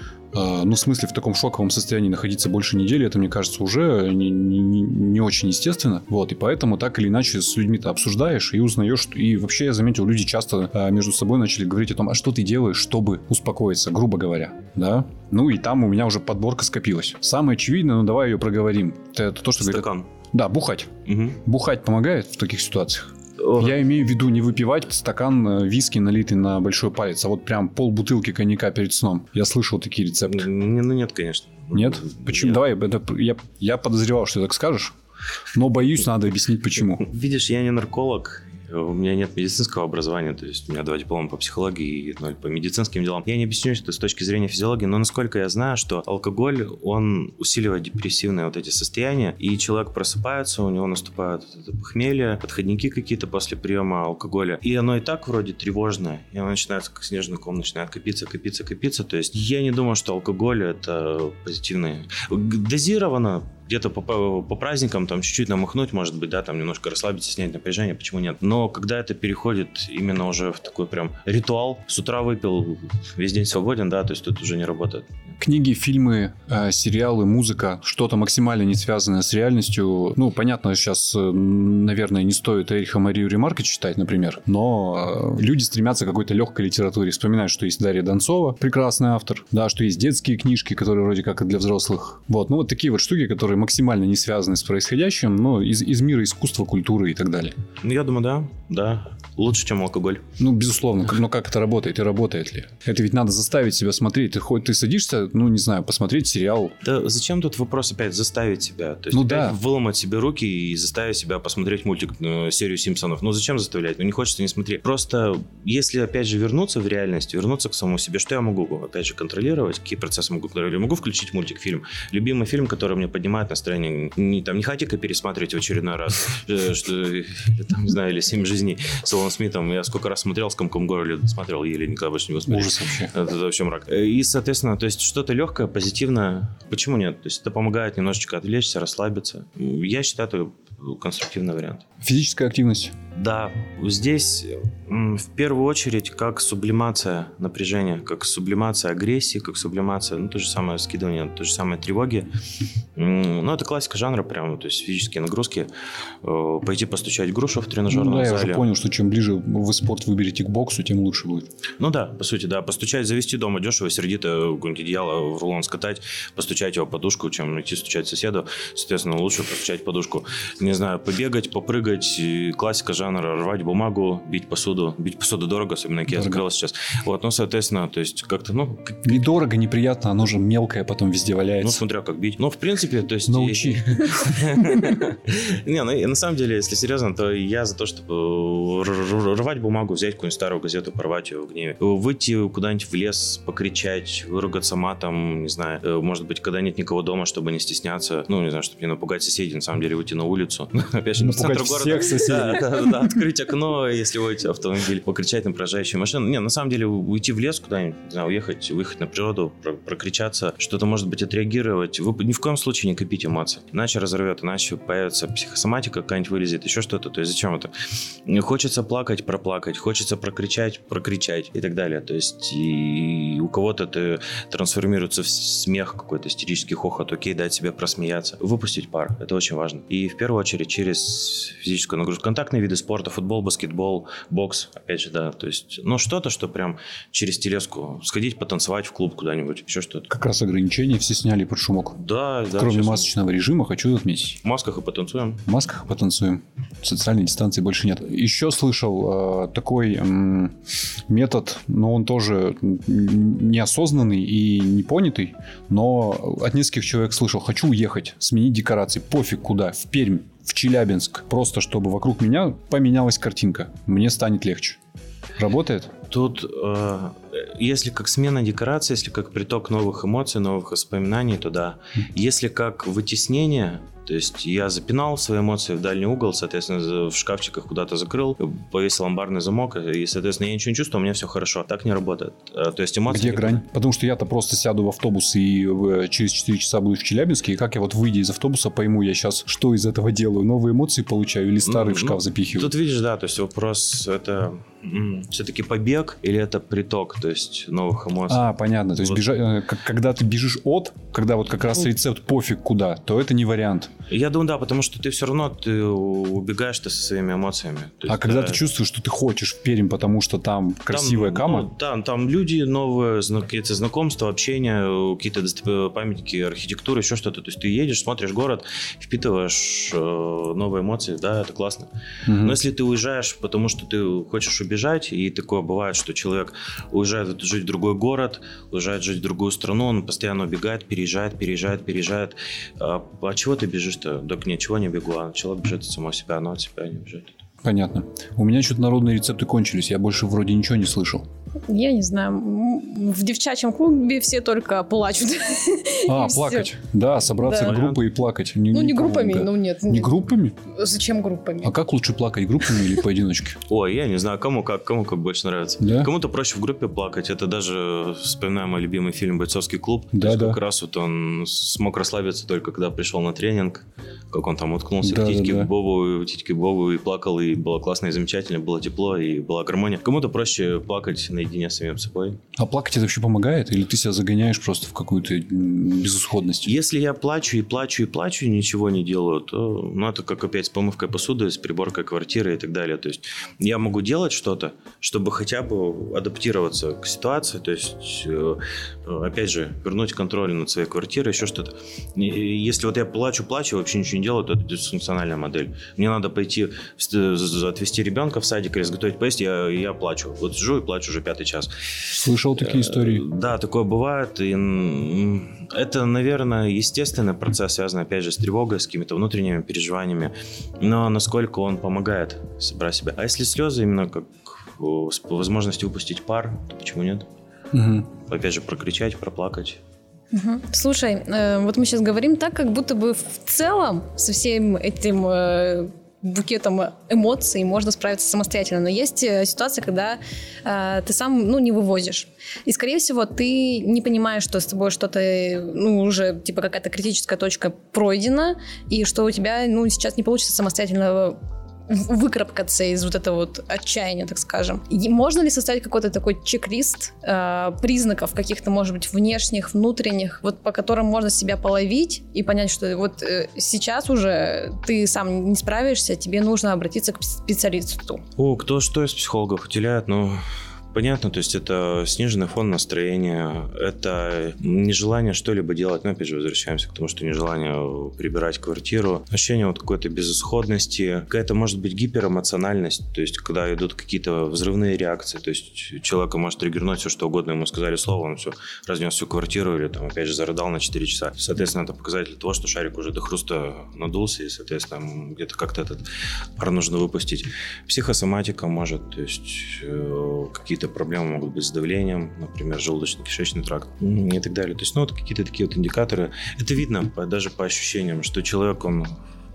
В смысле, в таком шоковом состоянии находиться больше недели, это, мне кажется, уже не очень естественно. И поэтому так или иначе с людьми-то обсуждаешь и узнаешь. И вообще я заметил, люди часто между собой начали говорить о том, а что ты делаешь, чтобы успокоиться, грубо говоря. Да? И там у меня уже подборка скопилась. Самое очевидное, давай ее проговорим. Это то, что стакан. Говорят... Да, бухать. Бухать помогает в таких ситуациях? Я имею в виду не выпивать стакан виски, налитый на большой палец, а вот прям полбутылки коньяка перед сном. Я слышал такие рецепты. Нет, конечно. Нет? Почему? Давай, я подозревал, что ты так скажешь, но боюсь, надо объяснить, почему. Видишь, я не нарколог. У меня нет медицинского образования, то есть у меня 2 диплома по психологии и 0 по медицинским делам. Я не объясню это с точки зрения физиологии, но насколько я знаю, что алкоголь, он усиливает депрессивные эти состояния, и человек просыпается, у него наступает похмелье, отходники какие-то после приема алкоголя, и оно и так вроде тревожное, и оно начинается как снежный ком, начинает копиться, то есть я не думаю, что алкоголь это позитивное. Дозировано где-то по праздникам там чуть-чуть намахнуть, может быть, да, там немножко расслабиться, снять напряжение, почему нет. Но когда это переходит именно уже в такой прям ритуал, с утра выпил, весь день свободен, да, то есть тут уже не работает. Книги, фильмы, сериалы, музыка, что-то максимально не связанное с реальностью. Ну, понятно, сейчас, наверное, не стоит Эриха Марию Ремарка читать, например, но люди стремятся к какой-то легкой литературе. Вспоминают, что есть Дарья Донцова, прекрасный автор, да, что есть детские книжки, которые вроде как и для взрослых. Вот, ну вот такие вот штуки, которые максимально не связаны с происходящим, но из мира искусства, культуры и так далее. Ну, я думаю, да. Лучше, чем алкоголь. Ну, безусловно. Но как это работает и работает ли? Это ведь надо заставить себя смотреть. Ты садишься, ну, не знаю, посмотреть сериал. Да зачем тут вопрос опять заставить себя? То есть ну, опять да. выломать себе руки и заставить себя посмотреть мультик, серию Симпсонов. Ну, зачем заставлять? Ну, не хочется, не смотри. Просто, если, опять же, вернуться в реальность, вернуться к самому себе, что я могу, опять же, контролировать? Какие процессы могу контролировать? Я могу включить мультик, фильм. Любимый фильм, который мне поднимает настроение. Не Хатико пересматривать в очередной раз, что, там, не знаю, или «7 жизней» с Уиллом Смитом. Я сколько раз смотрел, с «Комком горле» смотрел, еле никогда больше не посмотрел. Ужас вообще. Это вообще мрак. И, соответственно, то есть что-то легкое, позитивное. Почему нет? То есть это помогает немножечко отвлечься, расслабиться. Я считаю, это конструктивный вариант. Физическая активность. Да, здесь в первую очередь как сублимация напряжения, как сублимация агрессии, как сублимация, ну, то же самое скидывание, то же самое тревоги. Ну, это классика жанра прямо, то есть физические нагрузки. Пойти постучать грушу в тренажерном зале. Я уже понял, что чем ближе вы спорт выберете к боксу, тем лучше будет. Ну да, по сути, да. Постучать, завести дома дешево, сердито, какое-нибудь одеяло в рулон скатать, постучать его подушку, чем идти стучать соседу. Соответственно, лучше постучать подушку. Не знаю, побегать, попрыгать. Классика жанра, рвать бумагу, бить посуду. Бить посуду дорого, особенно Икеа закрылась сейчас. Вот, ну, соответственно, то есть как-то, ну... Недорого, неприятно, оно же мелкое, потом везде валяется. Ну, смотря как бить. Ну, в принципе, то есть... Научи. Не, ну, на самом деле, если серьезно, то я за то, чтобы рвать бумагу, взять какую-нибудь старую газету, порвать ее в гневе. Выйти куда-нибудь в лес, покричать, выругаться матом, не знаю, может быть, когда нет никого дома, чтобы не стесняться, ну, не знаю, чтобы не напугать соседей, на самом деле, выйти на улицу. Опять же, напугать всех соседей. Да, открыть окно, если водите автомобиль, покричать на проезжающие машины. Не, на самом деле, уйти в лес куда-нибудь, не знаю, выехать на природу, прокричаться, что-то, может быть, отреагировать. Вы ни в коем случае не копите эмоции. Иначе разорвет, иначе появится психосоматика, какая-нибудь вылезет, еще что-то. То есть зачем это? Хочется плакать, проплакать, хочется прокричать и так далее. То есть и у кого-то это трансформируется в смех какой-то, истерический хохот, окей, дать себе просмеяться. Выпустить пар, это очень важно. И в первую очередь через физическую нагрузку. Контактные виды спорта, футбол, баскетбол, бокс, опять же, да. То есть, ну, что-то, что прям через телеску. Сходить потанцевать в клуб куда-нибудь, еще что-то. Как раз ограничения все сняли под шумок. Да. Кроме масочного режима, хочу отметить. В масках и потанцуем. В масках потанцуем. Социальной дистанции больше нет. Еще слышал такой метод, но он тоже неосознанный и непонятый, но от нескольких человек слышал: хочу уехать, сменить декорации, пофиг куда, в Пермь, в Челябинск, просто чтобы вокруг меня поменялась картинка, мне станет легче. Работает? Тут, если как смена декорации, если как приток новых эмоций, новых воспоминаний, то да. Если как вытеснение, то есть я запинал свои эмоции в дальний угол, соответственно, в шкафчиках куда-то закрыл, повесил амбарный замок, и, соответственно, я ничего не чувствую, у меня все хорошо. Так не работает. То есть эмоции... Где грань? Потому что я-то просто сяду в автобус и через 4 часа буду в Челябинске, и как я вот, выйдя из автобуса, пойму я сейчас, что из этого делаю? Новые эмоции получаю или старый в шкаф запихиваю? Тут видишь, да, то есть вопрос, это все-таки побег или это приток, то есть новых эмоций? Понятно. То есть вот. Когда ты бежишь когда вот как раз рецепт пофиг куда, то это не вариант. Я думаю, да, потому что ты все равно убегаешь-то со своими эмоциями. То есть, когда ты чувствуешь, что ты хочешь в Пермь, потому что там красивая кама? Ну, да, там люди новые, какие-то знакомства, общение, какие-то памятники архитектуры, еще что-то. То есть ты едешь, смотришь город, впитываешь новые эмоции, да, это классно. Но если ты уезжаешь, потому что ты хочешь убежать, и такое бывает, что человек уезжает жить в другой город, уезжает жить в другую страну, он постоянно убегает, переезжает. А чего ты бежишь-то? Так ничего не бегу, а человек бежит от самого себя, оно от себя не бежит. Понятно. У меня что-то народные рецепты кончились, я больше вроде ничего не слышал. Я не знаю, в девчачьем клубе все только плачут. Плакать. Да, собраться группой и плакать. Не группами, нет. Не группами? Зачем группами? А как лучше плакать, группами или поодиночке? Ой, я не знаю, кому как больше нравится. Да? Кому-то проще в группе плакать. Это даже, вспоминаем мой любимый фильм «Бойцовский клуб». Да. Как раз вот он смог расслабиться только когда пришел на тренинг, как он там уткнулся в титьки Бобу и плакал, и было классно и замечательно, было тепло, и была гармония. Кому-то проще плакать наедине с самим собой. А плакать это вообще помогает? Или ты себя загоняешь просто в какую-то безысходность? Если я плачу, ничего не делаю, то это как опять с помывкой посуды, с приборкой квартиры и так далее. То есть я могу делать что-то, чтобы хотя бы адаптироваться к ситуации, то есть опять же вернуть контроль над своей квартирой, еще что-то. Если вот я плачу, вообще ничего не делаю, то это дисфункциональная модель. Мне надо пойти отвезти ребенка в садик или изготовить поесть, я плачу. Вот сижу и плачу уже 5-й час. Слышал такие истории? Да, такое бывает. И это, наверное, естественный процесс, связанный, опять же, с тревогой, с какими-то внутренними переживаниями. Но насколько он помогает собрать себя. А если слезы именно как возможность выпустить пар, то почему нет? Угу. Опять же, прокричать, проплакать. Угу. Слушай, вот мы сейчас говорим так, как будто бы в целом со всем этим букетом эмоций можно справиться самостоятельно. Но есть ситуация, когда ты сам не вывозишь. И, скорее всего, ты не понимаешь, что с тобой что-то, уже типа какая-то критическая точка пройдена, и что у тебя, сейчас не получится самостоятельно выкарабкаться из вот этого вот отчаяния, так скажем. И можно ли составить какой-то такой чек-лист признаков каких-то, может быть, внешних, внутренних, вот по которым можно себя половить и понять, что вот сейчас уже ты сам не справишься, тебе нужно обратиться к специалисту? Кто что из психологов уделяет, понятно, то есть это сниженный фон настроения, это нежелание что-либо делать, опять же возвращаемся к тому, что нежелание прибирать квартиру, ощущение вот какой-то безысходности, какая-то может быть гиперэмоциональность, то есть когда идут какие-то взрывные реакции, то есть человека может триггернуть все что угодно, ему сказали слово, он все разнес всю квартиру или там опять же зарыдал на 4 часа. Соответственно, это показатель того, что шарик уже до хруста надулся и, соответственно, где-то как-то этот пар нужно выпустить. Психосоматика может, то есть какие-то проблемы могут быть с давлением, например, желудочно-кишечный тракт и так далее. То есть, какие-то такие вот индикаторы. Это видно даже по ощущениям, что человек, он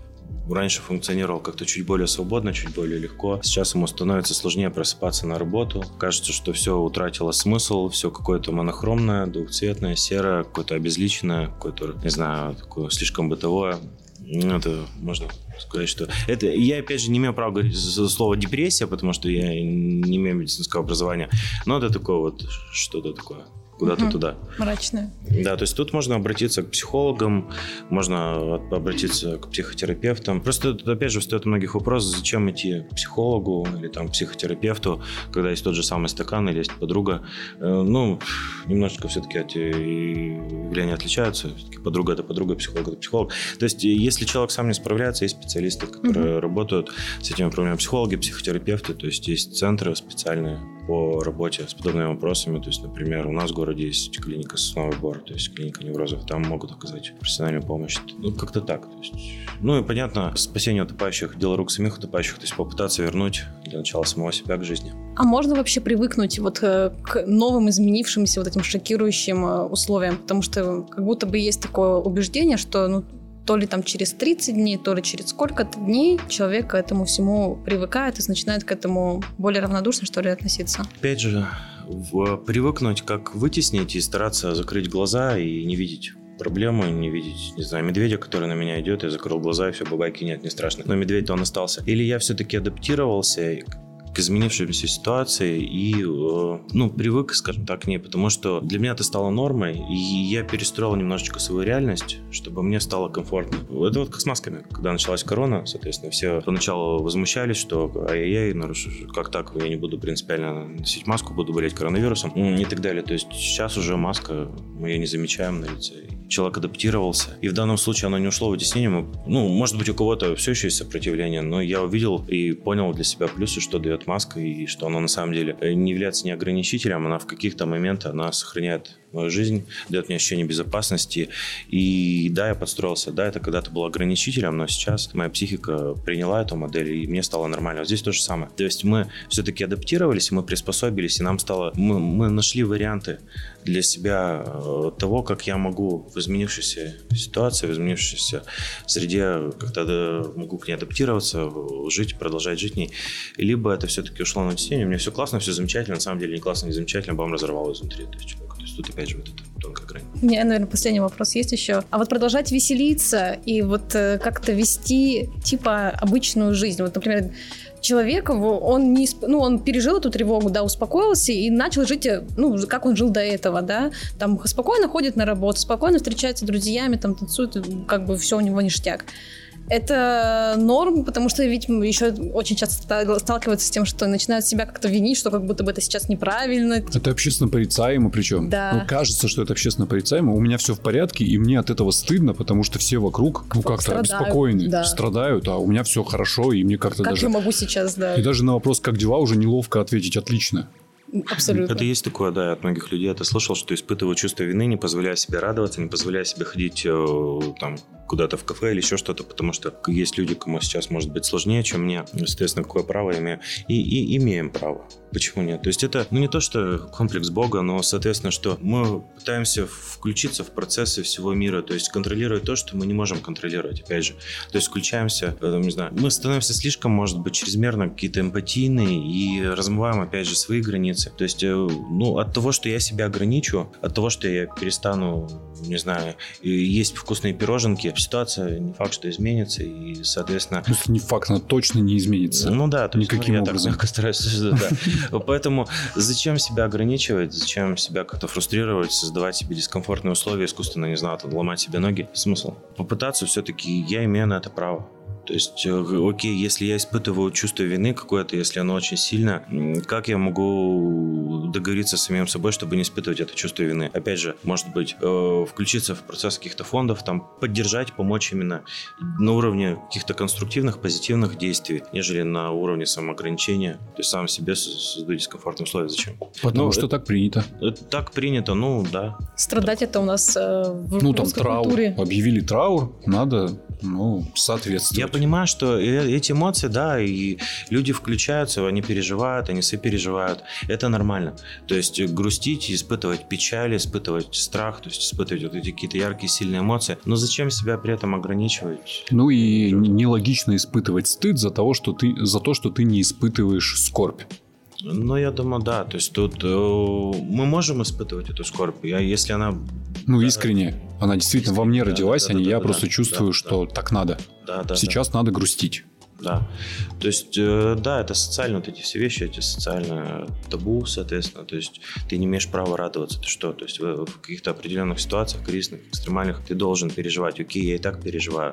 раньше функционировал как-то чуть более свободно, чуть более легко. Сейчас ему становится сложнее просыпаться на работу. Кажется, что все утратило смысл, все какое-то монохромное, двухцветное, серое, какое-то обезличенное, какое-то, не знаю, такое слишком бытовое. Это можно сказать, что... Это, я, опять же, не имею права говорить слово депрессия, потому что я не имею медицинского образования, но это такое вот что-то такое. Куда-то туда. Мрачное. Да, то есть тут можно обратиться к психологам, можно обратиться к психотерапевтам. Просто, опять же, встает многих вопрос, зачем идти к психологу или там к психотерапевту, когда есть тот же самый стакан или есть подруга. Немножечко все-таки эти явления отличаются. Все-таки подруга – это подруга, психолог – это психолог. То есть если человек сам не справляется, есть специалисты, которые работают с этими проблемами. Психологи, психотерапевты, то есть есть центры специальные по работе с подобными вопросами. То есть, например, у нас в городе есть клиника Сосновый Бор, то есть клиника неврозов. Там могут оказать профессиональную помощь. Как-то так. То есть, и понятно, спасение утопающих, дело рук самих утопающих, то есть попытаться вернуть для начала самого себя к жизни. А можно вообще привыкнуть вот к новым изменившимся вот этим шокирующим условиям? Потому что как будто бы есть такое убеждение, что то ли там через 30 дней, то ли через сколько-то дней человек к этому всему привыкает и начинает к этому более равнодушно, что ли, относиться. Опять же, привыкнуть, как вытеснить и стараться закрыть глаза и не видеть проблемы, не видеть, не знаю, медведя, который на меня идет, я закрыл глаза, и все, бабайки нет, не страшно. Но медведь-то он остался. Или я все-таки адаптировался к изменившейся ситуации и, привык, скажем так, к ней, потому что для меня это стало нормой, и я перестроил немножечко свою реальность, чтобы мне стало комфортно. Это вот как с масками. Когда началась корона, соответственно, все поначалу возмущались, что ай-яй-яй, как так, я не буду принципиально носить маску, буду болеть коронавирусом и так далее. То есть сейчас уже маска, мы ее не замечаем на лице. Человек адаптировался, и в данном случае оно не ушло в вытеснение. Может быть, у кого-то все еще есть сопротивление, но я увидел и понял для себя плюсы, что дает маска, и что она на самом деле не является не ограничителем, она в каких-то моментах она сохраняет мою жизнь, дает мне ощущение безопасности. И да, я подстроился. Да, это когда-то было ограничителем, но сейчас моя психика приняла эту модель, и мне стало нормально. Вот здесь то же самое. То есть мы все-таки адаптировались, мы приспособились, и нам стало... Мы нашли варианты для себя того, как я могу в изменившейся ситуации, в изменившейся среде как-то могу к ней адаптироваться, жить, продолжать жить в ней. Либо это все-таки ушло на тень. У меня все классно, все замечательно. На самом деле не классно, не замечательно, бомб разорвало изнутри. То есть тут опять же вот эта тонкая грань. У меня, наверное, последний вопрос есть еще. А вот продолжать веселиться и вот как-то вести типа обычную жизнь. Вот, например, человек, он пережил эту тревогу, да, успокоился и начал жить, как он жил до этого, да, там спокойно ходит на работу, спокойно встречается с друзьями, там танцует, как бы все у него ништяк. Это норм, потому что ведь еще очень часто сталкиваются с тем, что начинают себя как-то винить, что как будто бы это сейчас неправильно. Это общественно порицаемо причем. Да. Кажется, что это общественно порицаемо. У меня все в порядке, и мне от этого стыдно, потому что все вокруг как-то обеспокоены, страдают, а у меня все хорошо, и мне как-то даже... Как я могу сейчас, да. И даже на вопрос, как дела, уже неловко ответить отлично. Абсолютно. Это есть такое, да, от многих людей это слышал, что испытываю чувство вины, не позволяя себе радоваться, не позволяя себе ходить там куда-то в кафе или еще что-то, потому что есть люди, кому сейчас может быть сложнее, чем мне. Соответственно, какое право я имею? И имеем право. Почему нет? То есть это не то, что комплекс Бога, но, соответственно, что мы пытаемся включиться в процессы всего мира, то есть контролировать то, что мы не можем контролировать, опять же. То есть включаемся, не знаю, мы становимся слишком, может быть, чрезмерно какие-то эмпатийные и размываем, опять же, свои границы. То есть, от того, что я себя ограничу, от того, что я перестану, не знаю, есть вкусные пироженки, ситуация не факт, что изменится, и, соответственно... Не факт, она точно не изменится. Ну да, то есть, никаким я образом. так стараюсь, да. Поэтому зачем себя ограничивать, зачем себя как-то фрустрировать, создавать себе дискомфортные условия, искусственно, не знаю, ломать себе ноги? Смысл? Попытаться все-таки, я имею на это право. То есть, окей, если я испытываю чувство вины какое-то, если оно очень сильно, как я могу договориться с самим собой, чтобы не испытывать это чувство вины? Опять же, может быть, включиться в процесс каких-то фондов, там, поддержать, помочь именно на уровне каких-то конструктивных, позитивных действий, нежели на уровне самоограничения. То есть, сам себе создаю дискомфортные условия. Зачем? Потому что так принято. Так принято, да. Страдать это у нас в русской культуре. Объявили траур, надо... соответствовать. Я понимаю, что эти эмоции, да, и люди включаются, они переживают, они сопереживают. Это нормально. То есть грустить, испытывать печаль, испытывать страх, то есть испытывать вот эти какие-то яркие, сильные эмоции. Но зачем себя при этом ограничивать? И нелогично испытывать стыд за то, что ты не испытываешь скорбь. Я думаю, да. То есть тут мы можем испытывать эту скорбь, если она... искренне. Она действительно во мне родилась, а не я просто чувствую, что так надо. Сейчас надо грустить. Да. То есть, да, это социально, вот эти все вещи, эти социальные табу, соответственно. То есть, ты не имеешь права радоваться. Ты что? То есть, в каких-то определенных ситуациях, кризисных, экстремальных, ты должен переживать. Окей, я и так переживаю.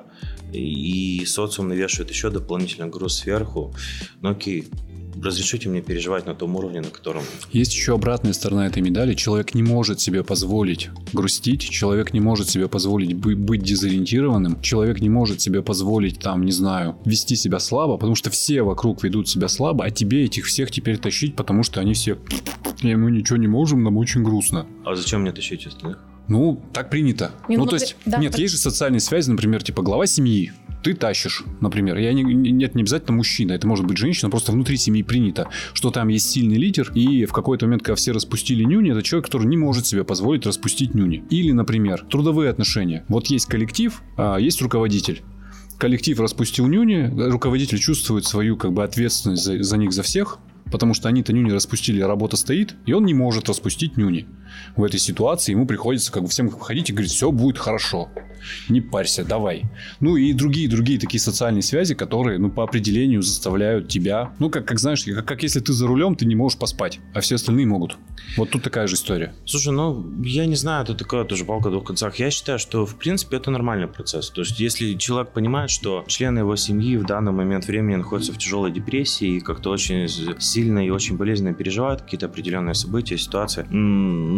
И социум навешивает еще дополнительный груз сверху. Окей. Разрешите мне переживать на том уровне, на котором... Есть еще обратная сторона этой медали. Человек не может себе позволить грустить, человек не может себе позволить быть дезориентированным, человек не может себе позволить, вести себя слабо, потому что все вокруг ведут себя слабо, а тебе этих всех теперь тащить, потому что они все... Мы ничего не можем, нам очень грустно. А зачем мне тащить остальных? Так принято. Есть же социальные связи, например, глава семьи. Ты тащишь, например. Не обязательно мужчина, это может быть женщина, просто внутри семьи принято, что там есть сильный лидер, и в какой-то момент, когда все распустили нюни, это человек, который не может себе позволить распустить нюни. Или, например, трудовые отношения. Вот есть коллектив, а есть руководитель. Коллектив распустил нюни, руководитель чувствует свою ответственность за них, за всех, потому что они-то нюни распустили, работа стоит, и он не может распустить нюни. В этой ситуации ему приходится всем выходить и говорить: все будет хорошо, не парься, давай. И другие такие социальные связи, которые, по определению заставляют тебя, знаешь, как если ты за рулем, ты не можешь поспать, а все остальные могут. Вот тут такая же история. Слушай, я не знаю, это такая тоже палка о двух концах. Я считаю, что, в принципе, это нормальный процесс. То есть, если человек понимает, что члены его семьи в данный момент времени находятся в тяжелой депрессии и как-то очень сильно и очень болезненно переживают какие-то определенные события, ситуации,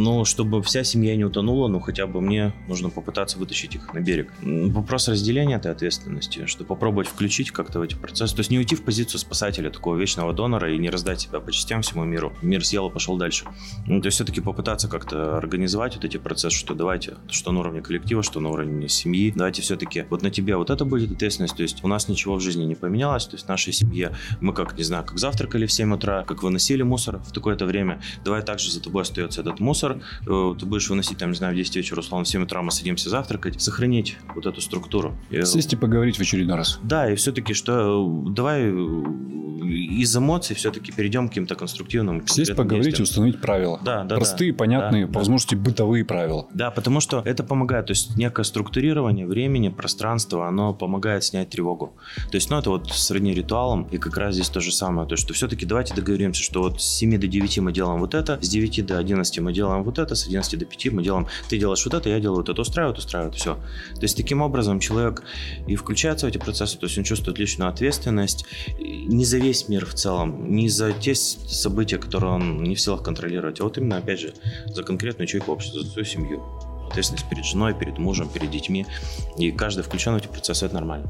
Но чтобы вся семья не утонула, ну хотя бы мне нужно попытаться вытащить их на берег. Вопрос разделения этой ответственности, что попробовать включить как-то в эти процессы. То есть не уйти в позицию спасателя, такого вечного донора и не раздать себя по частям всему миру. Мир съел и пошел дальше. То есть все-таки попытаться как-то организовать вот эти процессы, что давайте, что на уровне коллектива, что на уровне семьи, давайте все-таки вот на тебе вот это будет ответственность. То есть у нас ничего в жизни не поменялось, то есть в нашей семье мы как, не знаю, как завтракали в 7 утра, как выносили мусор в такое-то время, давай также за тобой остается этот мусор, ты будешь выносить там, не знаю, в 10 вечера, условно, в 7 утра мы садимся завтракать, сохранить вот эту структуру. Сесть и поговорить в очередной раз. Да, и все-таки, что давай из эмоций все-таки перейдем к каким-то конструктивным. Сесть, поговорить и установить правила. Да, простые, понятные, по возможности бытовые правила. Да, потому что это помогает, то есть некое структурирование времени, пространства, оно помогает снять тревогу. То есть, ну, это вот сродни ритуалам, и как раз здесь то же самое, то есть, что все-таки давайте договоримся, что вот с 7 до 9 мы делаем вот это, с 9 до 11 мы делаем вот это, с 11 до 5 мы делаем, ты делаешь вот это, я делаю вот это, устраивает, все. То есть, таким образом человек и включается в эти процессы, то есть, он чувствует личную ответственность не за весь мир в целом, не за те события, которые он не в силах контролировать, а вот именно, опять же, за конкретную человека общества, за свою семью. Ответственность перед женой, перед мужем, перед детьми. И каждый включен в эти процессы, это нормально.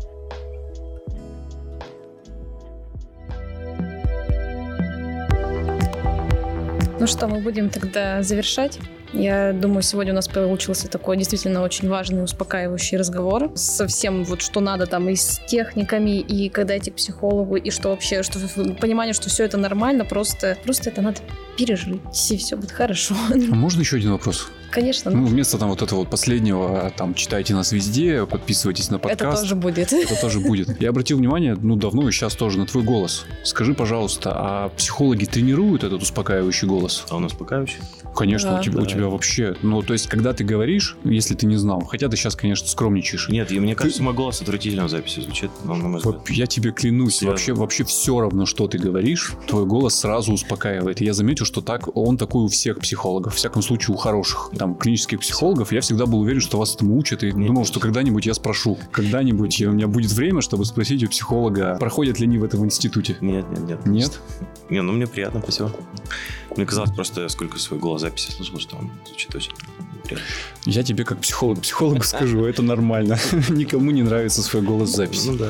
Ну что, мы будем тогда завершать. Я думаю, сегодня у нас получился такой действительно очень важный, успокаивающий разговор. Совсем вот что надо там и с техниками, и когда идти к психологу, и что вообще, что понимание, что все это нормально, просто это надо пережить, и все будет хорошо. А можно еще один вопрос? Конечно. Ну, вместо там вот этого вот последнего, там, читайте нас везде, подписывайтесь на подкаст. Это тоже будет. Это тоже будет. Я обратил внимание, ну, давно и сейчас тоже, на твой голос. Скажи, пожалуйста, а психологи тренируют этот успокаивающий голос? А он успокаивающий? Конечно, да, у тебя вообще... Ну, то есть, когда ты говоришь, если ты не знал, хотя ты сейчас, конечно, скромничаешь. Нет, и мне кажется, мой голос отвратительно в записи звучит. Я тебе клянусь, вообще все равно, что ты говоришь, твой голос сразу успокаивает. И я заметил, что он такой у всех психологов, в всяком случае у хороших. Там, клинических психологов, я всегда был уверен, что вас этому учат, и думал, что когда-нибудь я спрошу. Когда-нибудь у меня будет время, чтобы спросить у психолога, проходят ли они в этом институте. Нет? Нет? Не, ну мне приятно, спасибо. Мне казалось просто, я сколько свой голос записи слышал, что он звучит очень приятно. Я тебе как психологу скажу, это нормально. Никому не нравится свой голос в записи. Ну да.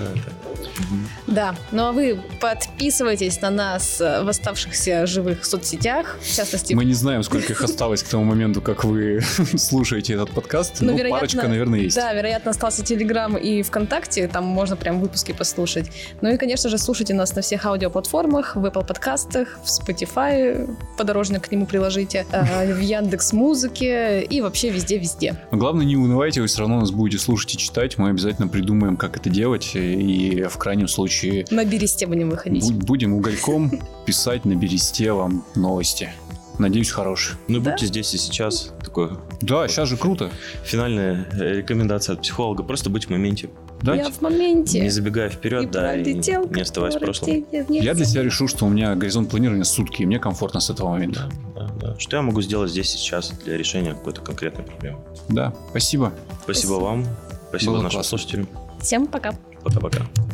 Да, ну а вы подписывайтесь на нас в оставшихся живых соцсетях, в частности... Мы не знаем, сколько их осталось к тому моменту, как вы слушаете этот подкаст, но парочка, наверное, есть. Да, вероятно, остался Телеграм и ВКонтакте, там можно прям выпуски послушать. Ну и, конечно же, слушайте нас на всех аудиоплатформах, в Apple подкастах, в Spotify, подорожник к нему приложите, в Яндекс.Музыке и вообще везде-везде. Но главное, не унывайте, вы все равно нас будете слушать и читать, мы обязательно придумаем, как это делать, и в крайнем случае... На бересте будем выходить. Будем угольком писать на бересте вам новости. Надеюсь, хорошие. Ну, будьте здесь и сейчас. Такое. Да, сейчас же круто. Финальная рекомендация от психолога. Просто быть в моменте. Да? Я в моменте. Не забегая вперед, и не оставаясь в прошлом. Я для себя решил, что у меня горизонт планирования сутки, и мне комфортно с этого момента. Да. Что я могу сделать здесь и сейчас для решения какой-то конкретной проблемы? Да, спасибо. Спасибо вам. Спасибо Было нашим классно. слушателям. Всем пока. Пока-пока.